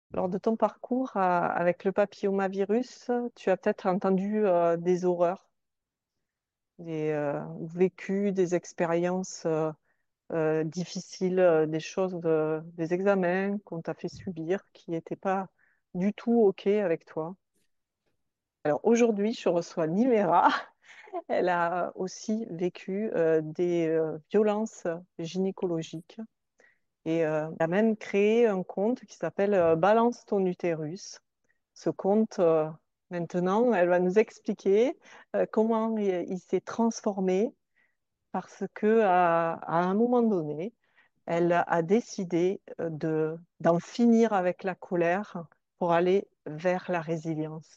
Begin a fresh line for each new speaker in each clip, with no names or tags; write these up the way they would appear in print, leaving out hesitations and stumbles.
Lors de ton parcours avec le papillomavirus, tu as peut-être entendu des horreurs, ou vécu des expériences difficiles, des choses, des examens qu'on t'a fait subir qui n'étaient pas du tout OK avec toi. Alors aujourd'hui, je reçois Nimera. Elle a aussi vécu des violences gynécologiques et elle a même créé un compte qui s'appelle Balance ton utérus. Ce conte, maintenant, elle va nous expliquer comment il s'est transformé parce que à un moment donné, elle a décidé d'en finir avec la colère pour aller vers la résilience.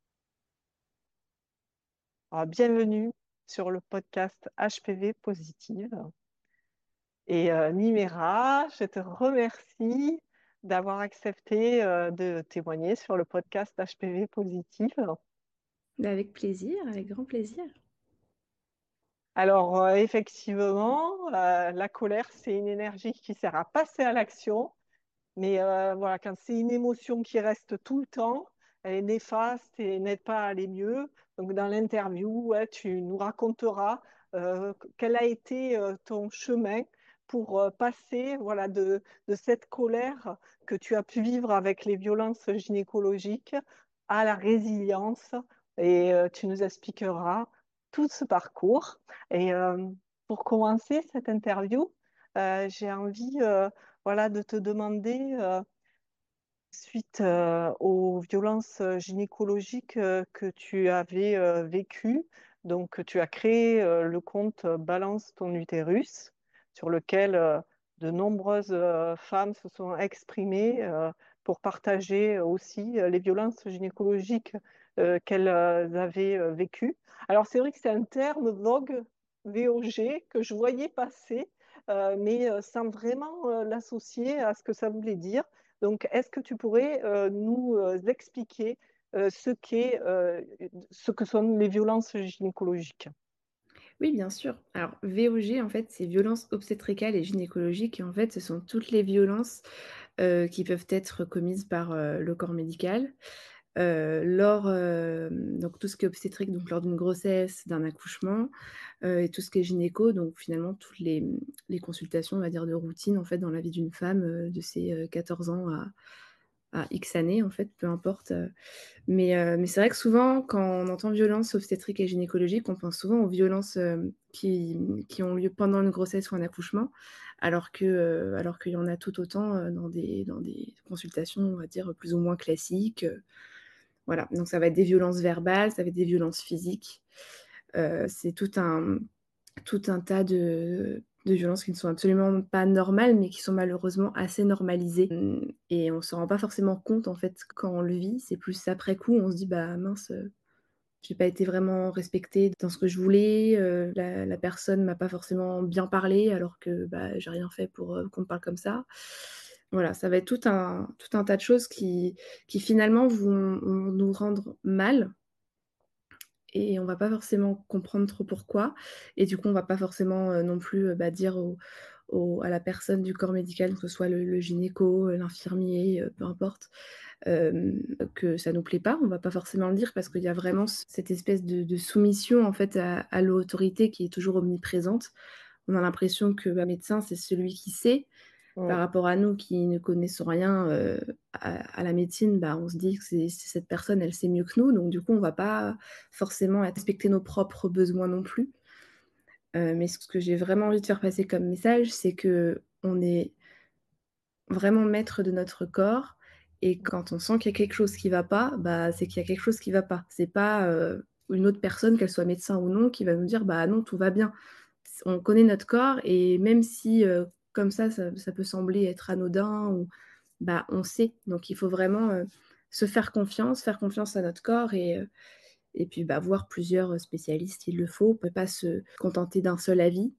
Alors, bienvenue sur le podcast HPV Positive. Et Nimera, je te remercie d'avoir accepté de témoigner sur le podcast HPV Positive.
Bah, avec plaisir, avec grand plaisir.
Alors, effectivement, la colère, c'est une énergie qui sert à passer à l'action, mais voilà, quand c'est une émotion qui reste tout le temps, elle est néfaste et n'aide pas à aller mieux. Donc, dans l'interview, ouais, tu nous raconteras quel a été ton chemin pour passer voilà, de cette colère que tu as pu vivre avec les violences gynécologiques à la résilience. Et tu nous expliqueras tout ce parcours. Et pour commencer cette interview, j'ai envie voilà, de te demander, suite aux violences gynécologiques que tu avais vécues, donc tu as créé le compte Balance ton utérus, sur lequel de nombreuses femmes se sont exprimées pour partager aussi les violences gynécologiques qu'elles avaient vécues. Alors c'est vrai que c'est un terme vogue, VOG, que je voyais passer, mais sans vraiment l'associer à ce que ça voulait dire. Donc, est-ce que tu pourrais nous expliquer ce que sont les violences gynécologiques?
Oui, bien sûr. Alors, VOG, en fait, c'est violences obstétricales et gynécologiques. Et en fait, ce sont toutes les violences qui peuvent être commises par le corps médical. Donc tout ce qui est obstétrique, donc lors d'une grossesse, d'un accouchement, et tout ce qui est gynéco, donc finalement toutes les consultations, on va dire, de routine, en fait, dans la vie d'une femme, de ses 14 ans à X années, en fait, peu importe. Mais c'est vrai que souvent, quand on entend violence obstétrique et gynécologique, on pense souvent aux violences, qui ont lieu pendant une grossesse ou un accouchement, alors qu'il y en a tout autant, dans des consultations, on va dire, plus ou moins classiques, voilà. Donc ça va être des violences verbales, ça va être des violences physiques, c'est tout un tas de violences qui ne sont absolument pas normales, mais qui sont malheureusement assez normalisées, et on se rend pas forcément compte, en fait, quand on le vit. C'est plus après coup, on se dit: «Bah mince, j'ai pas été vraiment respectée dans ce que je voulais, la personne m'a pas forcément bien parlé alors que, bah, j'ai rien fait pour, qu'on me parle comme ça». Voilà, ça va être tout un tas de choses qui finalement vont nous rendre mal, et on va pas forcément comprendre trop pourquoi, et du coup, on va pas forcément, non plus, bah, dire à la personne du corps médical, que ce soit le gynéco, l'infirmier, peu importe, que ça nous plaît pas. On va pas forcément le dire parce qu'il y a vraiment cette espèce de soumission, en fait, à l'autorité qui est toujours omniprésente. On a l'impression que, bah, médecin, c'est celui qui sait. Par
Mm.
rapport à nous qui ne connaissons rien, à la médecine, bah, on se dit que c'est cette personne, elle sait mieux que nous, donc du coup, on va pas forcément respecter nos propres besoins non plus. Mais ce que j'ai vraiment envie de faire passer comme message, c'est qu'on est vraiment maître de notre corps, et quand on sent qu'il y a quelque chose qui va pas, bah, c'est qu'il y a quelque chose qui va pas. C'est pas, une autre personne, qu'elle soit médecin ou non, qui va nous dire: «Bah, non, tout va bien». On connaît notre corps, et même si, comme ça peut sembler être anodin, ou bah, on sait. Donc il faut vraiment, se faire confiance à notre corps, et puis, bah, voir plusieurs spécialistes, il le faut. On peut pas se contenter d'un seul avis,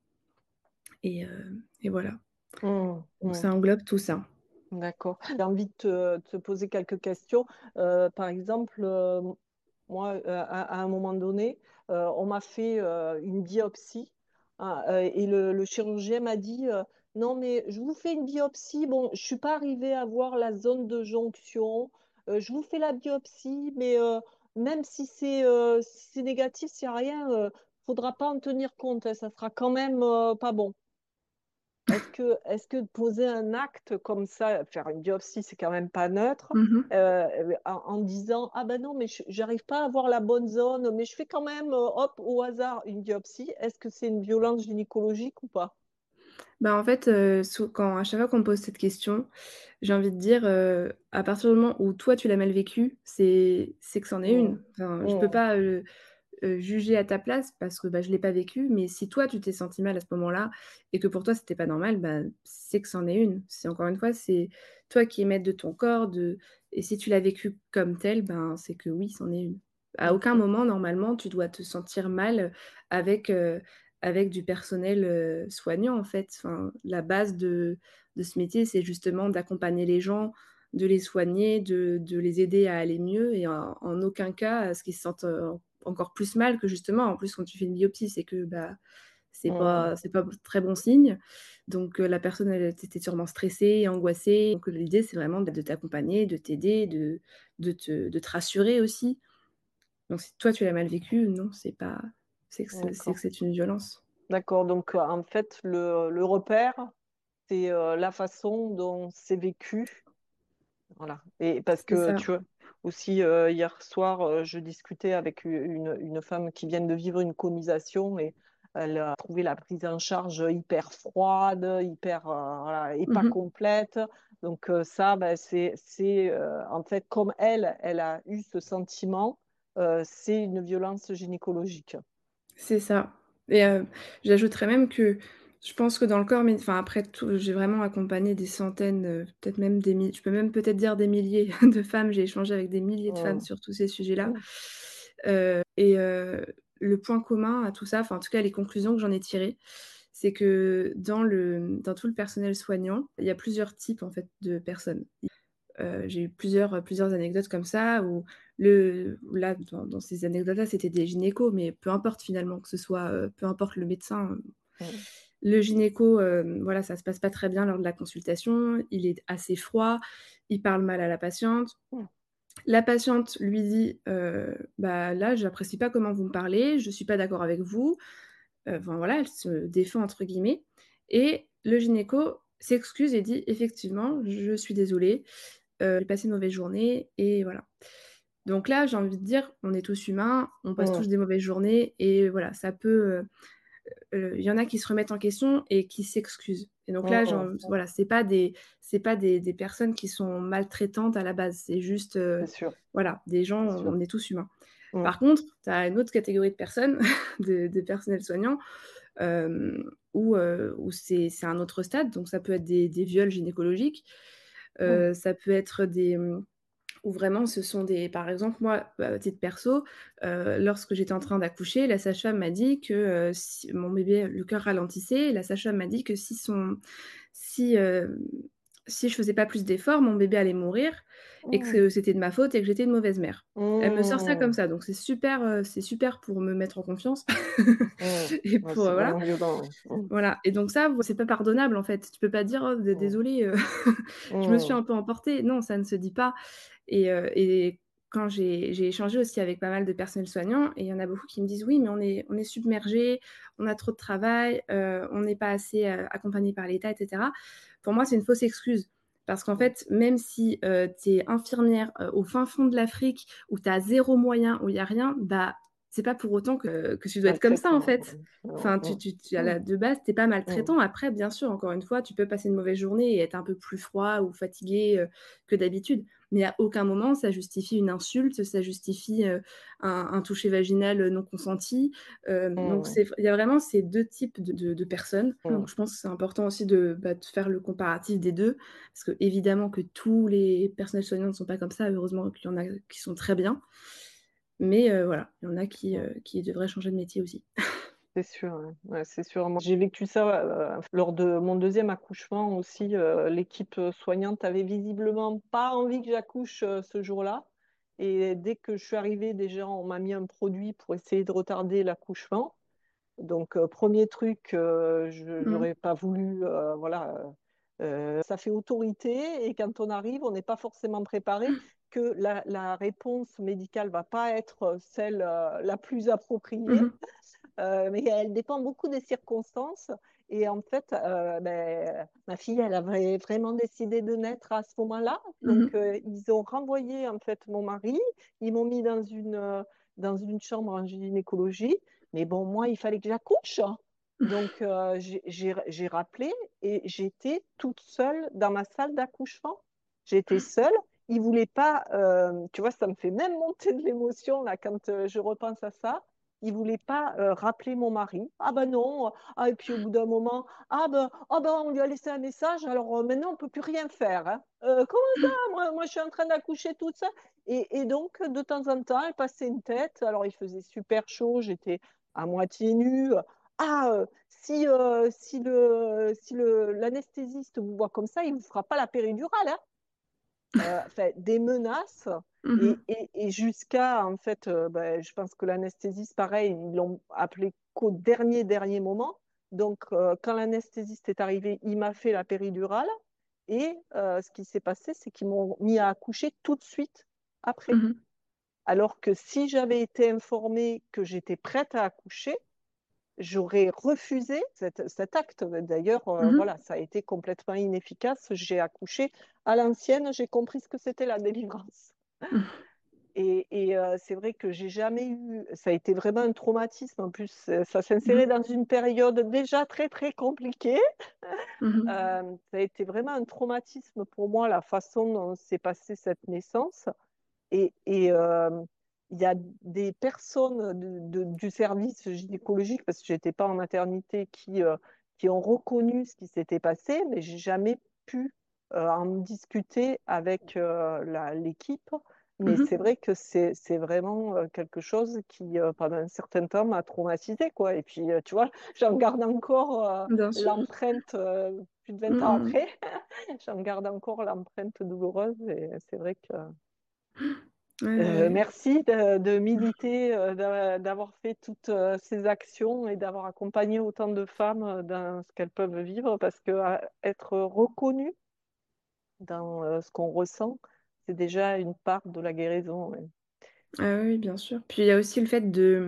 et voilà.
Mm,
Donc
mm.
ça englobe tout ça.
D'accord. J'ai envie de te poser quelques questions. Par exemple, moi, à un moment donné, on m'a fait une biopsie, hein, et le chirurgien m'a dit, Non, mais je vous fais une biopsie. Bon, je suis pas arrivée à voir la zone de jonction. Je vous fais la biopsie, mais même si c'est négatif, s'il n'y a rien, faudra pas en tenir compte, hein, ça sera quand même pas bon. Est-ce que poser un acte comme ça, faire une biopsie, c'est quand même pas neutre,
Mhm.
en disant, ah ben non, mais j'arrive pas à voir la bonne zone, mais je fais quand même, hop, au hasard, une biopsie. Est-ce que c'est une violence gynécologique ou pas?
Bah, en fait, à chaque fois qu'on me pose cette question, j'ai envie de dire, à partir du moment où toi tu l'as mal vécu, c'est que c'en est
Mm,
une. Enfin, je peux
mm,
pas, juger à ta place parce que, bah, je l'ai pas vécu, mais si toi tu t'es senti mal à ce moment-là et que pour toi c'était pas normal, bah, c'est que c'en est une. C'est encore une fois, c'est toi qui es maître de ton corps, et si tu l'as vécu comme tel, ben, c'est que oui, c'en est une. À aucun
ok.
moment, normalement, tu dois te sentir mal avec, avec du personnel, soignant, en fait. Enfin, la base de ce métier, c'est justement d'accompagner les gens, de les soigner, de les aider à aller mieux et en aucun cas à ce qu'ils se sentent, encore plus mal que justement, en plus, quand tu fais une biopsie, c'est que, bah,
Mm,
c'est pas très bon signe. Donc, la personne, elle était sûrement stressée et angoissée. Donc, l'idée, c'est vraiment de t'accompagner, de t'aider, de te rassurer aussi. Donc, si toi, tu l'as mal vécu, non, c'est que
d'accord.
c'est une violence.
D'accord. Donc, en fait, le repère, c'est la façon dont c'est vécu. Voilà. Et parce
C'est
que
ça.
tu vois, aussi hier soir, je discutais avec une femme qui vient de vivre une colonisation et elle a trouvé la prise en charge hyper froide, hyper voilà, et pas
Mmh.
complète. Donc ça, ben, c'est en fait comme elle a eu ce sentiment, c'est une violence gynécologique.
C'est ça et j'ajouterais même que je pense que dans le corps enfin après tout j'ai vraiment accompagné des centaines, peut-être même des mi je peux même peut-être dire des milliers de femmes. J'ai échangé avec des milliers de femmes
Mm,
sur tous ces sujets-là,
mm,
et le point commun à tout ça, enfin en tout cas les conclusions que j'en ai tirées, c'est que dans tout le personnel soignant, il y a plusieurs types en fait de personnes. J'ai eu plusieurs anecdotes comme ça où là, dans ces anecdotes-là, c'était des gynécos, mais peu importe finalement, que ce soit, peu importe le médecin,
mm,
le gynéco, voilà, ça se passe pas très bien lors de la consultation, il est assez froid, il parle mal à la patiente.
mm,
La patiente lui dit: «Bah, là, j'apprécie pas comment vous me parlez, je suis pas d'accord avec vous». Enfin voilà, elle se «défend» entre guillemets et le gynéco s'excuse et dit: «Effectivement, je suis désolé, j'ai passé une mauvaise journée» et voilà. Donc là, j'ai envie de dire, on est tous humains, on passe
mm,
tous des mauvaises journées et voilà, ça peut, il y en a qui se remettent en question et qui s'excusent et donc là,
mm.
voilà, c'est pas des personnes qui sont maltraitantes à la base, c'est juste,
C'est sûr,
voilà, des gens,
c'est sûr.
on est tous humains.
Mm,
Par contre, tu as une autre catégorie de personnes, de personnels soignants, où c'est un autre stade, donc ça peut être des viols gynécologiques,
mm,
ça peut être où vraiment ce sont des par exemple, moi, à titre perso, lorsque j'étais en train d'accoucher, la sage-femme m'a dit que, si mon bébé, le cœur ralentissait, la sage-femme m'a dit que si, si je faisais pas plus d'efforts, mon bébé allait mourir et
mm,
que c'était de ma faute et que j'étais une mauvaise mère. Elle me sort ça comme
mm,
ça, donc c'est super pour me mettre en confiance
mm.
et
Ouais,
pour,
c'est
voilà.
vraiment violent. Ouais.
Voilà et donc ça, c'est pas pardonnable, en fait. Tu peux pas dire: «Oh
Mm,
désolée, je me suis
mm,
un peu emportée». Non, ça ne se dit pas et quand j'ai échangé aussi avec pas mal de personnels soignants et il y en a beaucoup qui me disent: «Oui, mais on est submergés, on a trop de travail, on n'est pas assez, accompagnés par l'État» et cetera. Pour moi, c'est une fausse excuse parce qu'en
mm.
fait, même si, tu es infirmière, au fin fond de l'Afrique où tu as 0 moyen, où il y a rien, bah, c'est pas pour autant que tu dois être comme ça, en
Maltraitant.
fait.
Mm,
Enfin,
mm,
tu à
mm,
la de base, tu es pas
mm,
maltraitant. Après, bien sûr, encore une fois, tu peux passer une mauvaise journée et être un peu plus froid ou fatigué, que d'habitude. Mais à aucun moment ça justifie une insulte, ça justifie, un toucher vaginal, non consenti. Donc
mm,
il y a vraiment ces 2 types de personnes.
mm,
Donc je pense que c'est important aussi de faire le comparatif des 2, parce qu'évidemment que tous les personnels soignants ne sont pas comme ça. Heureusement qu'il y en a qui sont très bien. Mais voilà, il y en a
mm.
qui devraient changer de métier aussi.
C'est sûr, ouais. Ouais, c'est sûr. Moi, j'ai vécu ça lors de mon deuxième accouchement aussi. L'équipe soignante avait visiblement pas envie que j'accouche ce jour-là. Et dès que je suis arrivée, déjà, on m'a mis un produit pour essayer de retarder l'accouchement. Donc, premier truc, je
Mmh.
n'aurais pas voulu, voilà, ça fait autorité et quand on arrive, on n'est pas forcément préparé que la réponse médicale va pas être celle la plus
Mmh
appropriée.
mh.
Mais elle dépend beaucoup des circonstances. Et en fait, ben, ma fille, elle avait vraiment décidé de naître à ce moment-là.
Mmh
Donc,
mh.
ils ont renvoyé en fait mon mari. Ils m'ont mis dans une chambre en gynécologie. Mais bon, moi, il fallait que j'accouche. Donc, j'ai rappelé et j'étais toute seule dans ma salle d'accouchement. J'étais seule. Ils voulaient pas, tu vois, ça me fait même monter de l'émotion là quand je repense à ça. Il voulait pas rappeler mon mari. Ah ben non. Ah, et puis au bout d'un moment, ah ben on lui a laissé un message. Alors maintenant on peut plus rien faire, hein. Comment ça? Moi je suis en train d'accoucher toute seule. Et donc de temps en temps, elle passait une tête. Alors il faisait super chaud. J'étais à moitié nue. Ah, si l'anesthésiste vous voit comme ça, il vous fera pas la péridurale, hein. Enfin, des menaces
Mmh mh.
et jusqu'à, en fait, ben, je pense que l'anesthésiste, pareil, ils l'ont appelé qu'au dernier moment. Donc, quand l'anesthésiste est arrivé, il m'a fait la péridurale et ce qui s'est passé, c'est qu'ils m'ont mis à accoucher tout de suite après.
Mmh mh.
Alors que si j'avais été informée que j'étais prête à accoucher, j'aurais refusé cet acte. D'ailleurs,
Mmh mh.
voilà, ça a été complètement inefficace. J'ai accouché à l'ancienne, j'ai compris ce que c'était la délivrance.
Mmh.
Et c'est vrai que j'ai jamais eu, ça a été vraiment un traumatisme. En plus, ça
Mmh
s'insérait
mh.
dans une période déjà très, très compliquée.
Mmh mh.
Ça a été vraiment un traumatisme pour moi, la façon dont s'est passée cette naissance. Et il y a des personnes du service gynécologique, parce que je n'étais pas en maternité, qui ont reconnu ce qui s'était passé, mais j'ai jamais pu en discuter avec l'équipe. Mais
Mmh
c'est
mh.
vrai que c'est vraiment quelque chose qui, pendant un certain temps, m'a traumatisée, quoi. Et puis, tu vois, j'en garde encore
Bien sûr.
l'empreinte plus de 20
Mmh
ans
mh.
après. J'en garde encore l'empreinte douloureuse et c'est vrai que
Ouais, ouais, ouais.
merci de militer, d'avoir fait toutes ces actions et d'avoir accompagné autant de femmes dans ce qu'elles peuvent vivre, parce que être reconnu dans ce qu'on ressent, c'est déjà une part de la guérison. Ouais.
Ah oui, oui, bien sûr. Puis il y a aussi le fait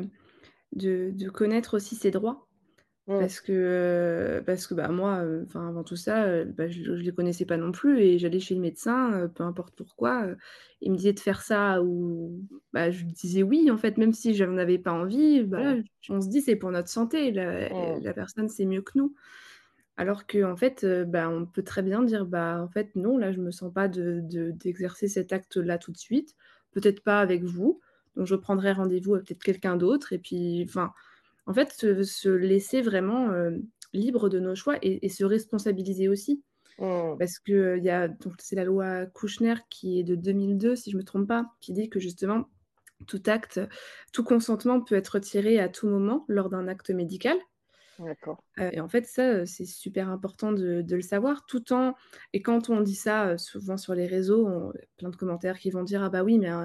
de connaître aussi ses droits.
Mm,
Parce que, bah, moi, enfin, avant tout ça, bah, je les connaissais pas non plus et j'allais chez le médecin, peu importe pourquoi, il me disait de faire ça ou bah, je lui disais oui, en fait, même si j'en avais pas envie, bah,
mm,
là, on se dit: «C'est pour notre santé,
mm,
la personne sait mieux que nous». Alors qu'en fait, bah, on peut très bien dire: «Bah, en fait, non, là, je me sens pas d'exercer cet acte-là tout de suite, peut-être pas avec vous, donc je prendrai rendez-vous avec peut-être quelqu'un d'autre» et puis, enfin, en fait, se laisser vraiment, libre de nos choix et se responsabiliser aussi.
mm.
Parce que, il y a donc c'est la loi Kouchner qui est de 2002 si je me trompe pas, qui dit que justement tout acte, tout consentement peut être retiré à tout moment lors d'un acte médical.
D'accord.
Et en fait ça, c'est super important de le savoir tout en et quand on dit ça, souvent sur les réseaux, on plein de commentaires qui vont dire: «Ah bah oui, mais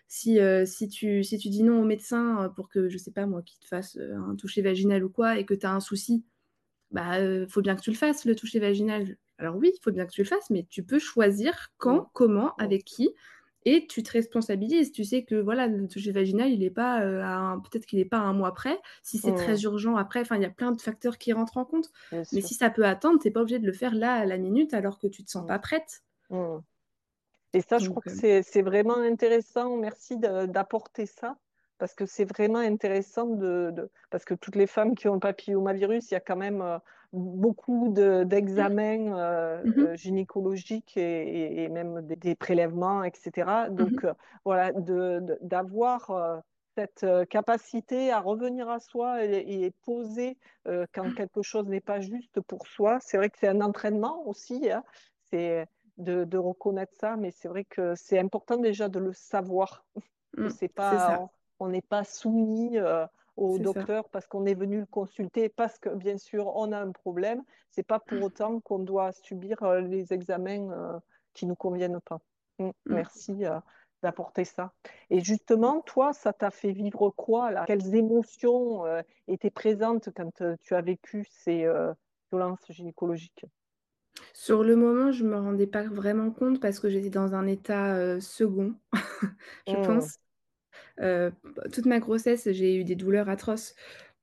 si tu dis non au médecin, pour que je sais pas moi, qu'il te fasse, un toucher vaginal ou quoi et que tu as un souci, bah, faut bien que tu le fasses le toucher vaginal». Alors oui, il faut bien que tu le fasses, mais tu peux choisir
Mm,
quand, comment,
mm,
avec qui et tu te responsabilises. Tu sais que voilà, le toucher vaginal, il est pas, à un peut-être qu'il est pas à 1 mois près. Si c'est très
mm.
urgent après, enfin, il y a plein de facteurs qui rentrent en compte.
Bien
Mais
sûr.
si ça peut attendre, tu es pas obligé de le faire là, à la minute, alors que tu te sens
Mm,
pas prête.
mm. Et ça, je crois
Donc
que c'est vraiment intéressant. Merci d'apporter ça, parce que c'est vraiment intéressant parce que toutes les femmes qui ont le papillomavirus, il y a quand même beaucoup d'examens
mmh mh.
gynécologiques et même des prélèvements, etc.
Mmh
Donc
mh.
voilà, d'avoir cette capacité à revenir à soi et poser quand quelque chose n'est pas juste pour soi. C'est vrai que c'est un entraînement aussi, hein. C'est de reconnaître ça, mais c'est vrai que c'est important déjà de le savoir, que
Mmh.
c'est
C'est
pas,
ça,
on n'est pas soumis au
c'est ça.
docteur parce qu'on est venu le consulter, parce que bien sûr on a un problème. C'est pas pour autant qu'on doit subir les examens qui nous conviennent pas.
Mmh.
Merci d'apporter ça. Et justement, toi, ça t'a fait vivre quoi, là? Quelles émotions étaient présentes quand tu as vécu ces violences gynécologiques?
Sur le moment, je me rendais pas vraiment compte parce que j'étais dans un état, second, je
Mmh.
pense. Heu, Toute ma grossesse, j'ai eu des douleurs atroces,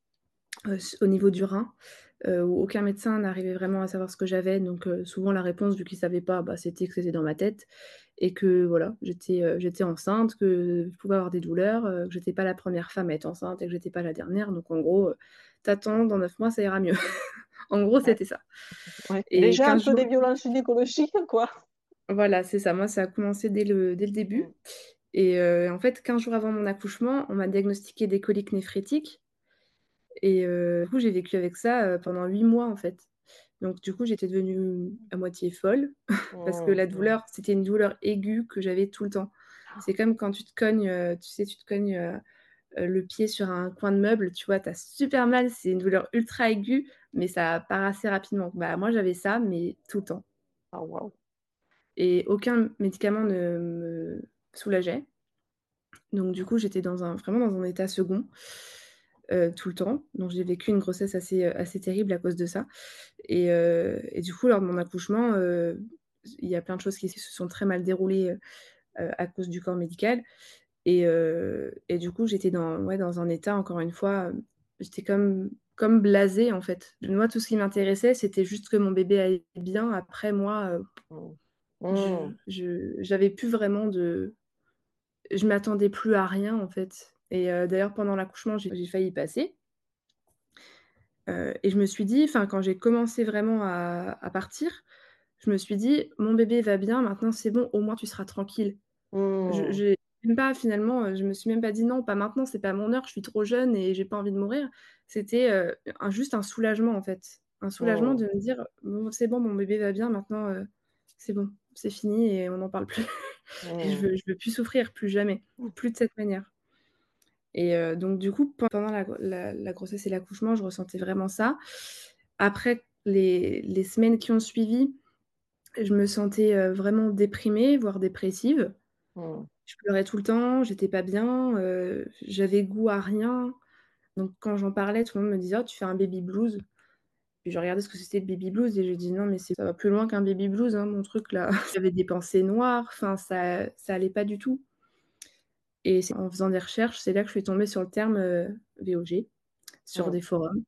au niveau du rein, où aucun médecin n'arrivait vraiment à savoir ce que j'avais. Donc souvent la réponse, vu qu'ils savaient pas, bah, c'était que c'était dans ma tête et que voilà, j'étais enceinte, que je pouvais avoir des douleurs, que j'étais pas la première femme à être enceinte et que j'étais pas la dernière. Donc en gros, «Tu attends, dans 9 mois, ça ira mieux». En gros,
Ouais,
c'était ça.
ouais.
Et
Déjà un
15
peu
jours
des violences gynécologiques, quoi.
voilà, c'est ça. Moi, ça a commencé dès le
Mmh.
début et en fait, 15 jours avant mon accouchement, on m'a diagnostiqué des coliques néphrétiques et du coup, j'ai vécu avec ça, pendant 8 mois, en fait. Donc du coup, j'étais devenue à moitié folle parce que
Mmh,
la
mmh.
douleur, c'était une douleur aiguë que j'avais tout le temps. C'est comme quand tu te cognes, tu sais, tu te cognes, le pied sur un coin de meuble, tu vois? Tu as super mal, c'est une douleur ultra aiguë, mais ça part assez rapidement. Bah, moi, j'avais ça, mais tout le temps
Ah waouh!
et aucun médicament ne me soulageait. Donc du coup, j'étais vraiment dans un état second, tout le temps. Donc j'ai vécu une grossesse assez terrible à cause de ça et du coup, lors de mon accouchement, il y a plein de choses qui se sont très mal déroulées, à cause du corps médical et du coup, j'étais dans un état encore une fois, j'étais comme blasée, en fait. Moi, tout ce qui m'intéressait, c'était juste que mon bébé aille bien. Après moi,
Mmh. Mmh.
j'avais plus vraiment je m'attendais plus à rien, en fait et d'ailleurs pendant l'accouchement, j'ai failli y passer, et je me suis dit enfin, quand j'ai commencé vraiment à partir, je me suis dit: «Mon bébé va bien, maintenant c'est bon, au moins tu seras tranquille».
Mmh.
J'ai même pas finalement, je me suis même pas dit: «Non, pas maintenant, c'est pas mon heure, je suis trop jeune et j'ai pas envie de mourir». C'était, juste un soulagement, en fait. Un soulagement
Mmh.
de me dire: «Bon, c'est bon, mon bébé va bien, maintenant, c'est bon, c'est fini et on n'en parle plus et
Mmh.
je veux plus souffrir, plus jamais,
Mmh.
plus de cette manière». Et donc du coup, pendant la grossesse et l'accouchement, je ressentais vraiment ça. Après, les semaines qui ont suivi, je me sentais, vraiment déprimée, voire dépressive.
Mmh.
Je pleurais tout le temps, j'étais pas bien, j'avais goût à rien. Donc quand j'en parlais, tout le monde me disait: «Oh, tu fais un baby blues». Puis je regardais ce que c'était le baby blues et je dis: «Non, mais ça va plus loin qu'un baby blues, hein, mon truc là». J'avais des pensées noires, enfin ça allait pas du tout. Et c'est en faisant des recherches, c'est là que je suis tombée sur le terme, VOG, sur
Mmh.
des forums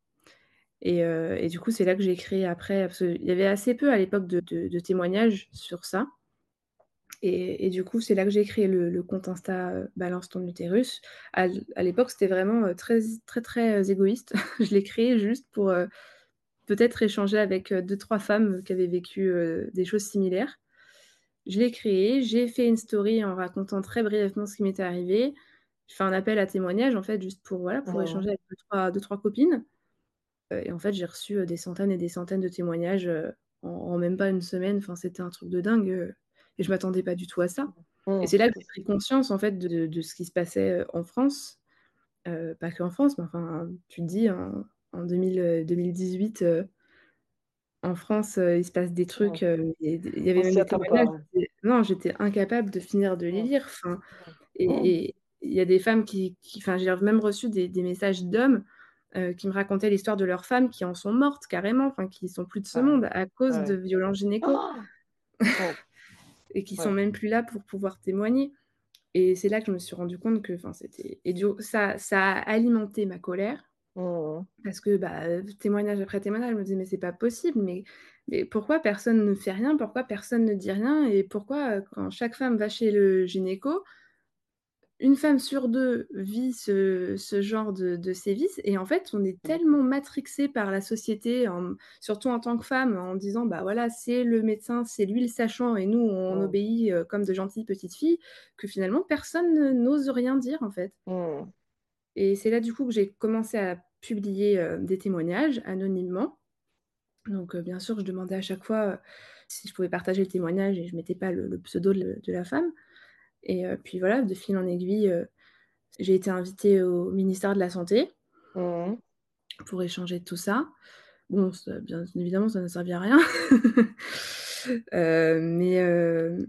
et du coup, c'est là que j'ai créé après parce qu'il y avait assez peu à l'époque de témoignages sur ça et du coup, c'est là que j'ai créé le compte Insta, Balance ton utérus. À l'époque, c'était vraiment, très très, très, égoïste. Je l'ai créé juste pour, peut-être échanger avec, 2-3 femmes qui avaient vécu, des choses similaires. Je l'ai créé, j'ai fait une story en racontant très brièvement ce qui m'était arrivé. Je fais un appel à témoignages, en fait, juste pour, voilà, pour
Mmh.
échanger avec deux trois copines, et en fait, j'ai reçu, des centaines et des centaines de témoignages, en même pas une semaine. Enfin, c'était un truc de dingue, et je m'attendais pas du tout à ça et
Mmh.
c'est là que j'ai pris conscience, en fait, de ce qui se passait, en France, pas qu'en France, mais enfin, tu te dis en 2018, en France, il se passe des
Mmh.
trucs, il y
On
avait même
s'y
des
attend pas,
témoignages,
ouais.
non, j'étais incapable de finir de les
Mmh.
lire, enfin
Mmh.
et il y a des femmes qui enfin, j'ai même reçu des messages d'hommes, qui me racontaient l'histoire de leurs femmes qui en sont mortes carrément, enfin qui sont plus de ce
Ouais,
monde à cause de
ouais.
violences gynéco
Ah! Oh!
et qui sont
Ouais.
même plus là pour pouvoir témoigner et c'est là que je me suis rendu compte que, enfin, c'était et du ça a alimenté ma colère
Mmh.
parce que, bah, témoignage après témoignage, je me disais: «Mais c'est pas possible, mais pourquoi personne ne fait rien? Pourquoi personne ne dit rien? Et pourquoi, quand chaque femme va chez le gynéco, une femme sur 2 vit ce genre de sévices?» Et en fait, on est tellement matrixé par la société, surtout en tant que femme, en disant: «Bah, voilà, c'est le médecin, c'est lui le sachant et nous on
Mmh.
obéit, comme de gentilles petites filles», que finalement personne n'ose rien dire, en fait.
Mmh.
Et c'est là, du coup, que j'ai commencé à publier, des témoignages anonymement. Donc bien sûr, je demandais à chaque fois, si je pouvais partager le témoignage et je mettais pas le pseudo de la femme et puis voilà, de fil en aiguille, j'ai été invitée au ministère de la santé
Mmh.
pour échanger de tout ça. Bon, bien évidemment, ça n'a servi à rien. Mais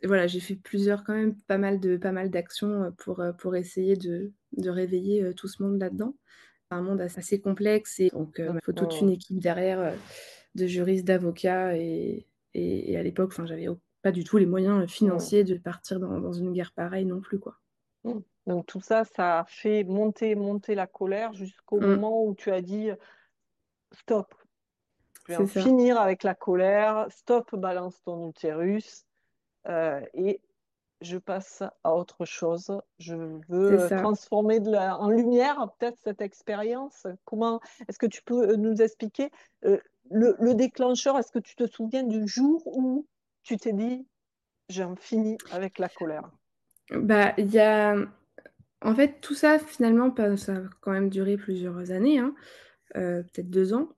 voilà, j'ai fait plusieurs quand même pas mal d'actions, pour essayer de réveiller, tout ce monde là-dedans. Un monde assez complexe et donc il faut toute une
Mmh,
équipe derrière, de juristes, d'avocats et à l'époque, enfin, j'avais au pas du tout les moyens,
mmh,
financiers de partir dans une guerre pareille non plus, quoi.
mmh. Donc tout ça, ça a fait monter la colère jusqu'au
Mmh,
moment où tu as dit: «Stop, je vais
c'est
en
ça,
finir avec la colère. Stop, balance ton utérus, et je passe à autre chose. Je
c'est
veux,
ça.
transformer en lumière peut-être cette expérience». Comment est-ce que tu peux, nous expliquer, le déclencheur? Est-ce que tu te souviens du jour où tu t'es dit: «J'en finis avec la colère»?
Bah, il y a en fait, tout ça finalement, ça a quand même duré plusieurs années, hein, peut-être 2 ans.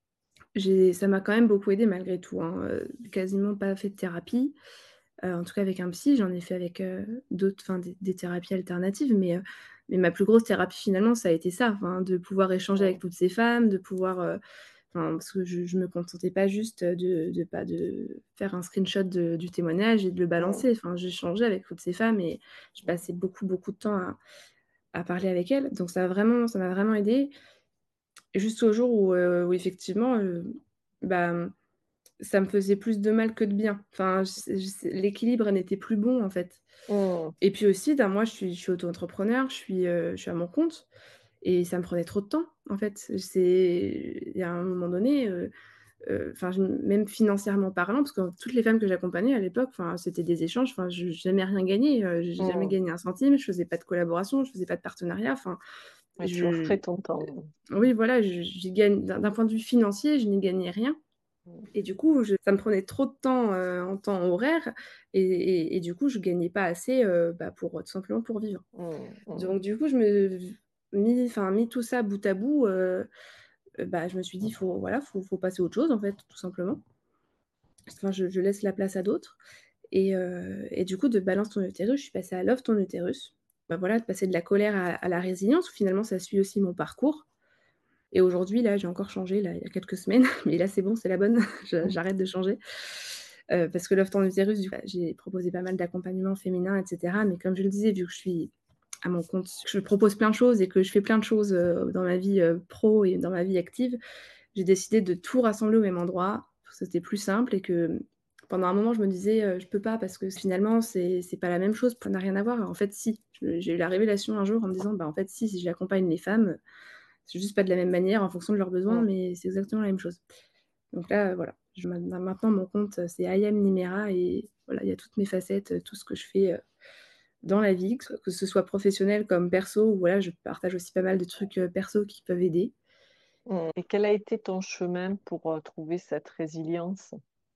Ça m'a quand même beaucoup aidée malgré tout, hein, quasiment pas fait de thérapie, en tout cas avec un psy. J'en ai fait avec, d'autres enfin des thérapies alternatives, mais ma plus grosse thérapie finalement, ça a été ça, enfin de pouvoir échanger avec
Mmh,
toutes ces femmes, de pouvoir, enfin parce que je me contentais pas juste, de faire un screenshot du témoignage et de le
mmh,
balancer. Enfin, j'échangeais avec toutes ces femmes et je
mmh,
passais beaucoup, beaucoup de temps à parler avec elles. Donc ça m'a vraiment aidée jusqu'au jour où effectivement, bah, ça me faisait plus de mal que de bien. Enfin, l'équilibre n'était plus bon, en fait.
mmh,
Et puis aussi, moi, je suis auto-entrepreneur, je suis à mon compte et ça me prenait trop de temps, en fait. Il y a un moment donné, enfin, même financièrement parlant, parce que toutes les femmes que j'accompagnais à l'époque, enfin, c'était des échanges, enfin, je j'ai jamais rien gagné, j'ai jamais
mmh.
gagné un centime, je faisais pas de collaboration, je faisais pas de partenariat, enfin,
Ouais, tu
je
offrais ton temps.
oui, voilà, j'y gagne d'un point de vue financier, je n'y gagnais rien.
Mmh,
Et du coup, ça me prenait trop de temps, en temps horaire et du coup, je gagnais pas assez, bah, pour, tout simplement pour vivre.
mmh, mmh,
Donc du coup, je me mis tout ça bout à bout, bah, je me suis dit: «Faut voilà, faut passer à autre chose, en fait, tout simplement». Enfin, je laisse la place à d'autres et du coup, de Balance ton utérus, je suis passée à Love ton utérus. Bah, voilà, de passer de la colère à la résilience, où finalement ça suit aussi mon parcours et aujourd'hui, là, j'ai encore changé, là, il y a quelques semaines, mais là, c'est bon, c'est la bonne,
mmh,
j'arrête de changer. Parce que Love ton utérus, du coup, j'ai proposé pas mal d'accompagnements féminins et cetera, mais comme je le disais, vu que je suis à mon compte, que je propose plein de choses et que je fais plein de choses, dans ma vie, pro et dans ma vie active, j'ai décidé de tout rassembler au même endroit, parce que c'était plus simple et que pendant un moment, je me disais, «Je peux pas parce que finalement, c'est pas la même chose, ça n'a rien à voir». En fait, si. J'ai eu la révélation un jour en me disant: «Bah, en fait, si j'accompagne les femmes, c'est juste pas de la même manière en fonction de leurs besoins,
mmh.
mais c'est exactement la même chose». Donc là, voilà, maintenant mon compte, c'est Ayam Nimera et voilà, il y a toutes mes facettes, tout ce que je fais, dans la vie, que ce soit professionnel comme perso, où voilà, je partage aussi pas mal de trucs, perso qui peuvent aider.
Mmh. Et quel a été ton chemin pour, trouver cette résilience?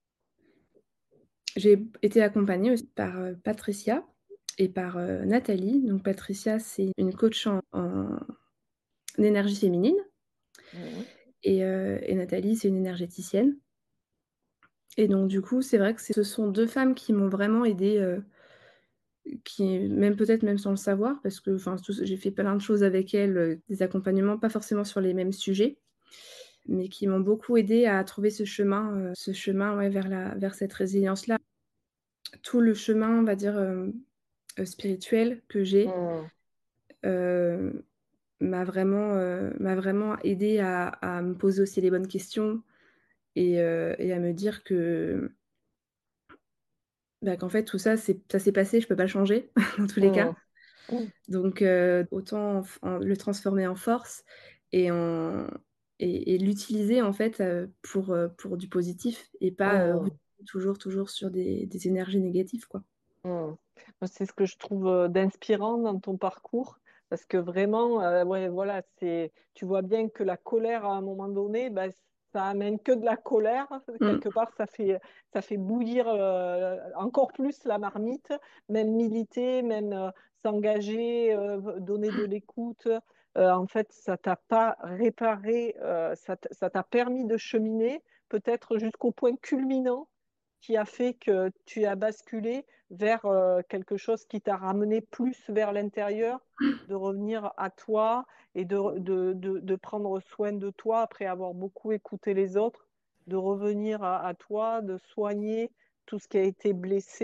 J'ai été accompagnée aussi par, Patricia et par, Nathalie. Donc Patricia, c'est une coach en énergie féminine
Mmh.
et Nathalie, c'est une énergéticienne et donc du coup, c'est vrai que ce sont 2 femmes qui m'ont vraiment aidée, qui même peut-être même sans le savoir parce que enfin, j'ai fait plein de choses avec elles, des accompagnements, pas forcément sur les mêmes sujets, mais qui m'ont beaucoup aidée à trouver ce chemin, ouais, vers cette résilience-là. Tout le chemin, on va dire, spirituel que j'ai,
Mmh.
heu, m'a vraiment aidée à me poser aussi les bonnes questions et à me dire que, bah, qu'en fait tout ça, ça s'est passé, je peux pas le changer dans tous les
Mmh.
cas.
Mmh.
Donc autant le transformer en force et en et l'utiliser en fait, pour du positif et pas,
Mmh.
toujours sur des énergies négatives, quoi.
Mmh. Moi, c'est ce que je trouve, d'inspirant dans ton parcours parce que vraiment, ouais, voilà, tu vois bien que la colère à un moment donné, bah, ça amène que de la colère.
Mmh.
Quelque part, ça fait bouillir, encore plus la marmite, même militer, même, s'engager, donner de l'écoute. En fait, ça t'a pas réparé, ça t'a permis de cheminer peut-être jusqu'au point culminant qui a fait que tu as basculé vers, quelque chose qui t'a ramené plus vers l'intérieur, de revenir à toi et de prendre soin de toi après avoir beaucoup écouté les autres, de revenir à toi, de soigner tout ce qui a été blessé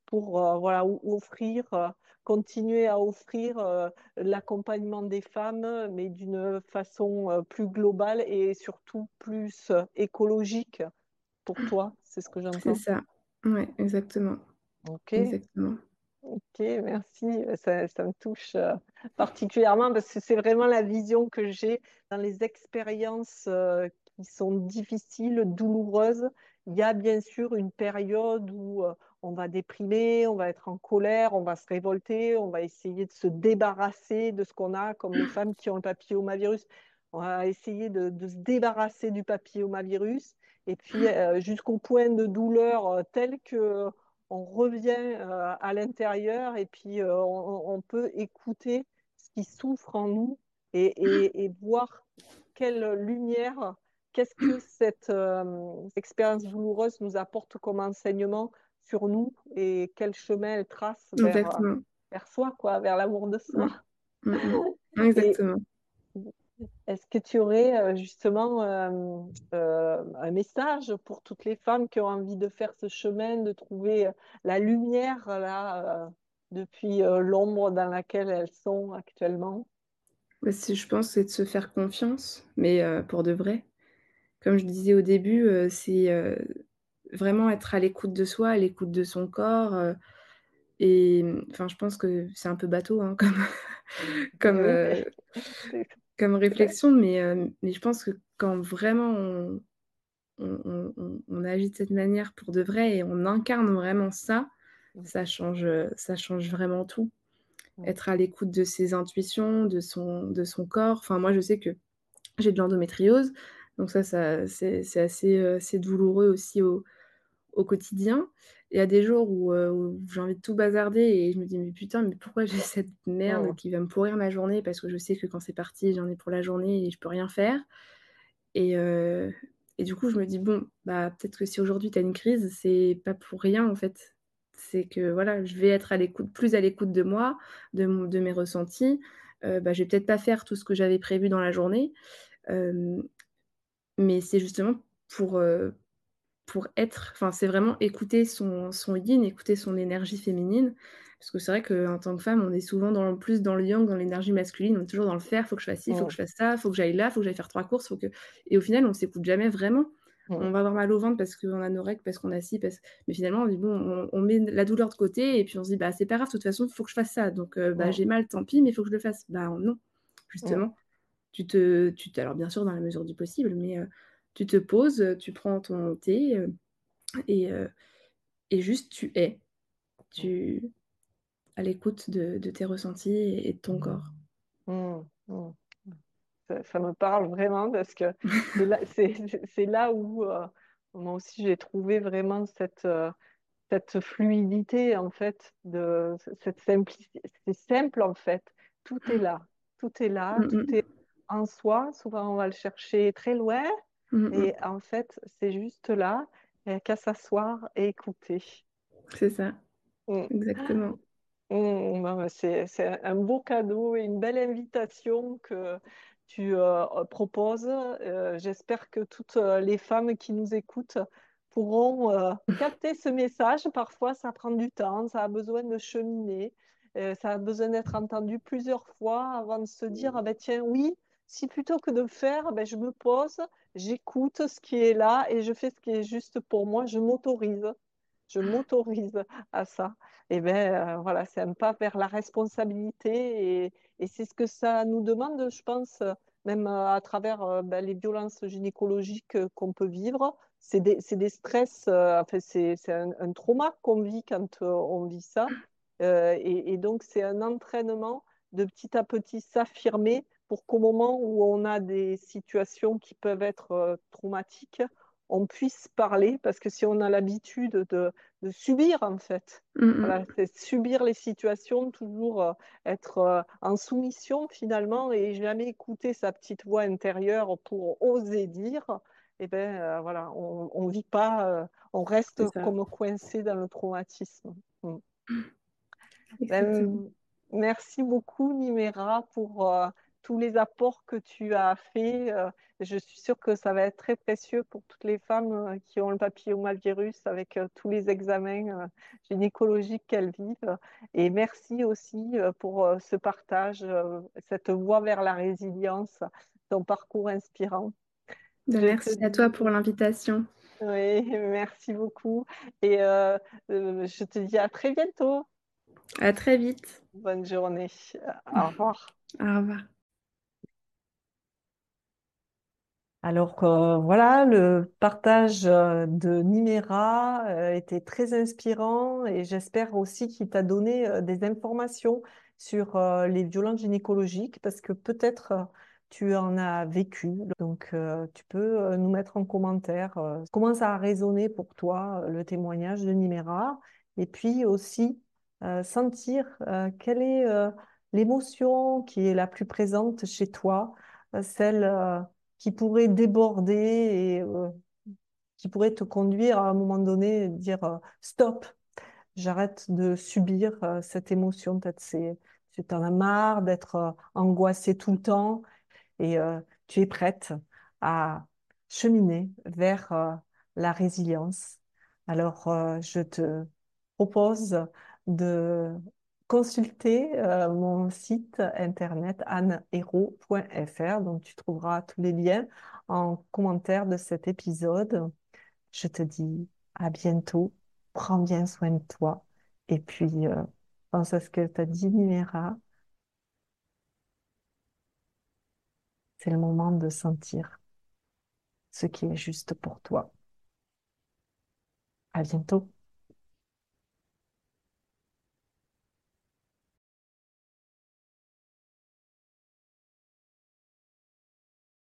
pour voilà, offrir, continuer à offrir l'accompagnement des femmes, mais d'une façon plus globale et surtout plus écologique pour toi, c'est ce que
C'est
j'entends.
ça. Ouais, exactement,
Ok.
exactement.
Ok, merci. Ça me touche particulièrement parce que c'est vraiment la vision que j'ai dans les expériences qui sont difficiles, douloureuses. Il y a bien sûr une période où on va déprimer, on va être en colère, on va se révolter, on va essayer de se débarrasser de ce qu'on a, comme les femmes qui ont le papillomavirus. On va essayer de se débarrasser du papillomavirus et puis jusqu'au point de douleur tel que on revient à l'intérieur et puis on peut écouter ce qui souffre en nous et voir quelle lumière, qu'est-ce que cette expérience douloureuse nous apporte comme enseignement sur nous et quel chemin elle trace
Exactement.
vers soi, quoi, vers l'amour de soi.
Mmh. Mmh mh.
Et
Exactement.
est-ce que tu aurais justement un message pour toutes les femmes qui ont envie de faire ce chemin, de trouver la lumière là, depuis l'ombre dans laquelle elles sont actuellement?
Bah, si je pense, c'est de se faire confiance, mais pour de vrai. Comme je disais au début, c'est, vraiment être à l'écoute de soi, à l'écoute de son corps, et enfin, je pense que c'est un peu bateau, hein, comme
Mais
comme,
oui,
heu,
c'est
comme
c'est vrai.
réflexion, mais je pense que quand vraiment on agit de cette manière pour de vrai et on incarne vraiment ça,
Mm,
ça change vraiment tout.
mm,
Être à l'écoute de ses intuitions, de son corps. Enfin, moi, je sais que j'ai de l'endométriose, donc ça c'est assez, assez douloureux aussi au quotidien. Il y a des jours où j'ai envie de tout bazarder et je me dis: «Mais putain, mais pourquoi j'ai cette merde
mm,
qui va me pourrir ma journée?» parce que je sais que quand c'est parti, j'en ai pour la journée et je peux rien faire. Et heu et du coup, je me dis: «Bon, bah, peut-être que si aujourd'hui tu as une crise, c'est pas pour rien, en fait. C'est que, voilà, je vais être à l'écoute plus à l'écoute de moi, de mes ressentis. Bah, je vais peut-être pas faire tout ce que j'avais prévu dans la journée, hem, mais c'est justement pour, heu, pour être, enfin, c'est vraiment écouter son yin, écouter son énergie féminine. Parce que c'est vrai qu'en tant que femme, on est souvent plus dans le yang, dans l'énergie masculine, on est toujours dans le faire: «Faut que je fasse ci, faut que
mm,
je fasse ça, faut que j'aille là, faut que j'aille faire 3 courses, faut que», et au final, on s'écoute jamais vraiment.
mm,
On va avoir mal au ventre parce qu'on a nos règles, parce qu'on a ci, mais finalement, on dit: «Bon», on met la douleur de côté et puis on se dit: «Bah, c'est pas grave, de toute façon, il faut que je fasse ça, donc bah,
mm,
j'ai mal, tant pis, mais il faut que je le fasse». Bah, non,
mm,
justement, alors bien sûr dans la mesure du possible, mais tu te poses, tu prends ton thé, et heu et juste tu es.
mm,
Tu À l'écoute de tes ressentis et de ton corps.
mm, mm. Ça me parle vraiment parce que c'est là où moi aussi j'ai trouvé vraiment cette fluidité en fait, cette simplicité. C'est simple en fait, tout est là, tout est là,
Mmh
tout
mh.
est en soi. Souvent on va le chercher très loin
Mmh mh.
et en fait c'est juste là, il n'y a qu'à s'asseoir et écouter.
C'est ça,
Mm.
exactement.
Non, mais c'est un beau cadeau et une belle invitation que tu proposes. J'espère que toutes les femmes qui nous écoutent pourront capter ce message. Parfois, ça prend du temps, ça a besoin de cheminer, ça a besoin d'être entendu plusieurs fois avant de se dire, ah ben tiens, oui, si plutôt que de faire, ben, je me pose, j'écoute ce qui est là et je fais ce qui est juste pour moi, je m'autorise à ça. Et ben voilà, c'est un pas vers la responsabilité et c'est ce que ça nous demande, je pense, même à travers ben, les violences gynécologiques qu'on peut vivre. C'est des stress, enfin, c'est un trauma qu'on vit quand on vit ça. Et donc, c'est un entraînement de petit à petit s'affirmer pour qu'au moment où on a des situations qui peuvent être traumatiques, on puisse parler, parce que si on a l'habitude de subir, en fait,
Mmh
voilà,
mh.
c'est subir les situations, toujours être en soumission finalement et jamais écouter sa petite voix intérieure pour oser dire, et ben voilà, on vit pas, on reste
C'est ça,
comme coincé dans le traumatisme. Mm.
exactement.
Ben, merci beaucoup, Nimera, pour tous les apports que tu as faits. Je suis sûre que ça va être très précieux pour toutes les femmes qui ont le papillomavirus avec tous les examens gynécologiques qu'elles vivent. Et merci aussi pour ce partage, cette voie vers la résilience, ton parcours inspirant.
Ben,
Je te
merci à toi
dis
pour l'invitation.
oui, merci beaucoup. Et je te dis à très bientôt.
À très vite.
Bonne journée. Au revoir.
Au revoir.
Alors voilà, le partage de Nimera était très inspirant et j'espère aussi qu'il t'a donné des informations sur les violences gynécologiques parce que peut-être tu en as vécu. Donc tu peux nous mettre en commentaire comment ça a résonné pour toi le témoignage de Nimera et puis aussi sentir quelle est l'émotion qui est la plus présente chez toi, celle qui pourrait déborder et qui pourrait te conduire à un moment donné et dire stop, j'arrête de subir cette émotion. Peut-être tu en as marre d'être angoissé tout le temps et tu es prête à cheminer vers la résilience. Alors, je te propose de consulter mon site internet annehero.fr. Donc, tu trouveras tous les liens en commentaire de cet épisode. Je te dis à bientôt. Prends bien soin de toi. Et puis, pense à ce que tu as dit, Numéra. C'est le moment de sentir ce qui est juste pour toi. À bientôt.